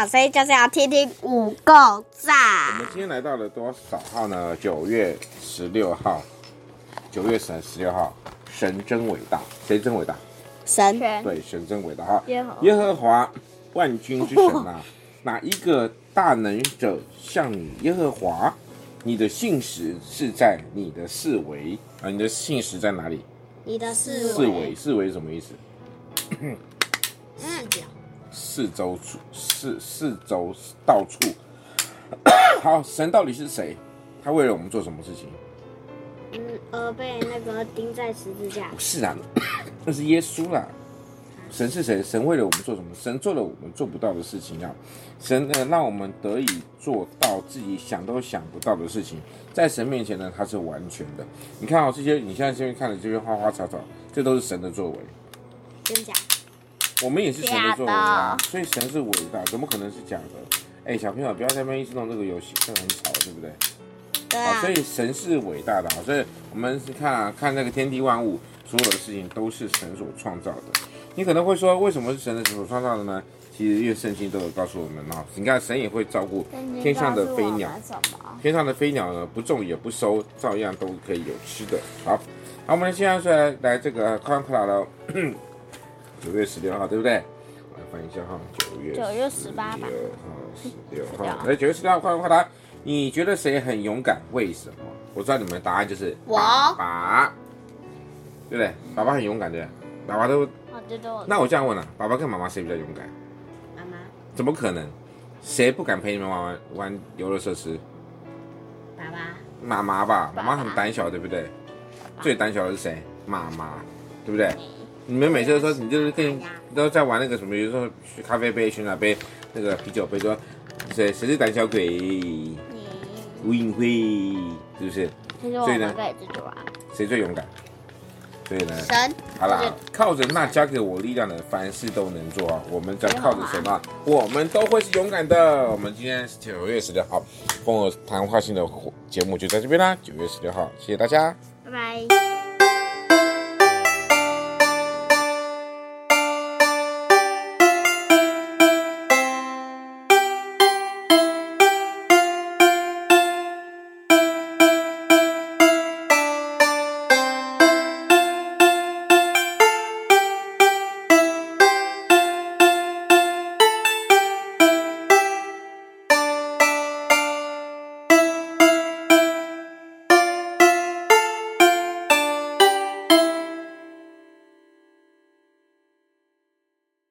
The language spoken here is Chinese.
所以就是要听听5够赞。 我们今天来到了多少号呢？9月16号，9月16号，神真伟大，谁真伟大？ 神对，神真伟大哈！ 耶和华万军之神啊，哪一个大能者像你耶和华？你的信实是在你的四围啊，你的信实在哪里？ 你的四围是什么意思？四周处，四周到处。好，神到底是谁？他为了我们做什么事情？ 被那个钉在十字架。 不是啊，那是耶稣啦。神是谁？神为了我们做什么？神做了我们做不到的事情啊！神让我们得以做到自己想都想不到的事情，在神面前呢，他是完全的。你看这些，你现在这边看的这些花花草草，这都是神的作为。 真假？ 我们也是神的作为啊，所以神是伟大，怎么可能是假的？小朋友不要在那边一直弄这个游戏，这个很吵，对不对？ 对啊。 所以神是伟大的，所以我们是看那个天地万物，所有的事情都是神所创造的。你可能会说，为什么是神所创造的呢？其实因为圣经都有告诉我们啊，你看神也会照顾天上的飞鸟，天上的飞鸟呢不种也不收，照样都可以有吃的。好，我们现在是来这个快快了，9月16号，对不对？我来翻一下哈，9月18吧，16号，来9月16号，快答！你觉得谁很勇敢？为什么？我知道你们的答案就是爸爸，对不对？爸爸很勇敢，对不对？爸爸都。那我这样问了，爸爸跟妈妈谁比较勇敢？ 妈妈。 怎么可能？谁不敢陪你们玩游乐设施？ 爸爸。 妈妈吧，妈妈很胆小，对不对？最胆小的是谁？妈妈，对不对？你们每次都说你就是都在玩那个什么，比如说咖啡杯、雪奶杯、那个啤酒杯，说谁是胆小鬼？吴颖辉，是不是？所以呢，谁最勇敢？所以呢， 神好啦，靠着那加给我力量的，凡事都能做啊！我们只要靠着神啊，我们都会是勇敢的。我们今天9月16号，风儿谈话性的节目就在这边啦。9月16号，谢谢大家， 拜拜。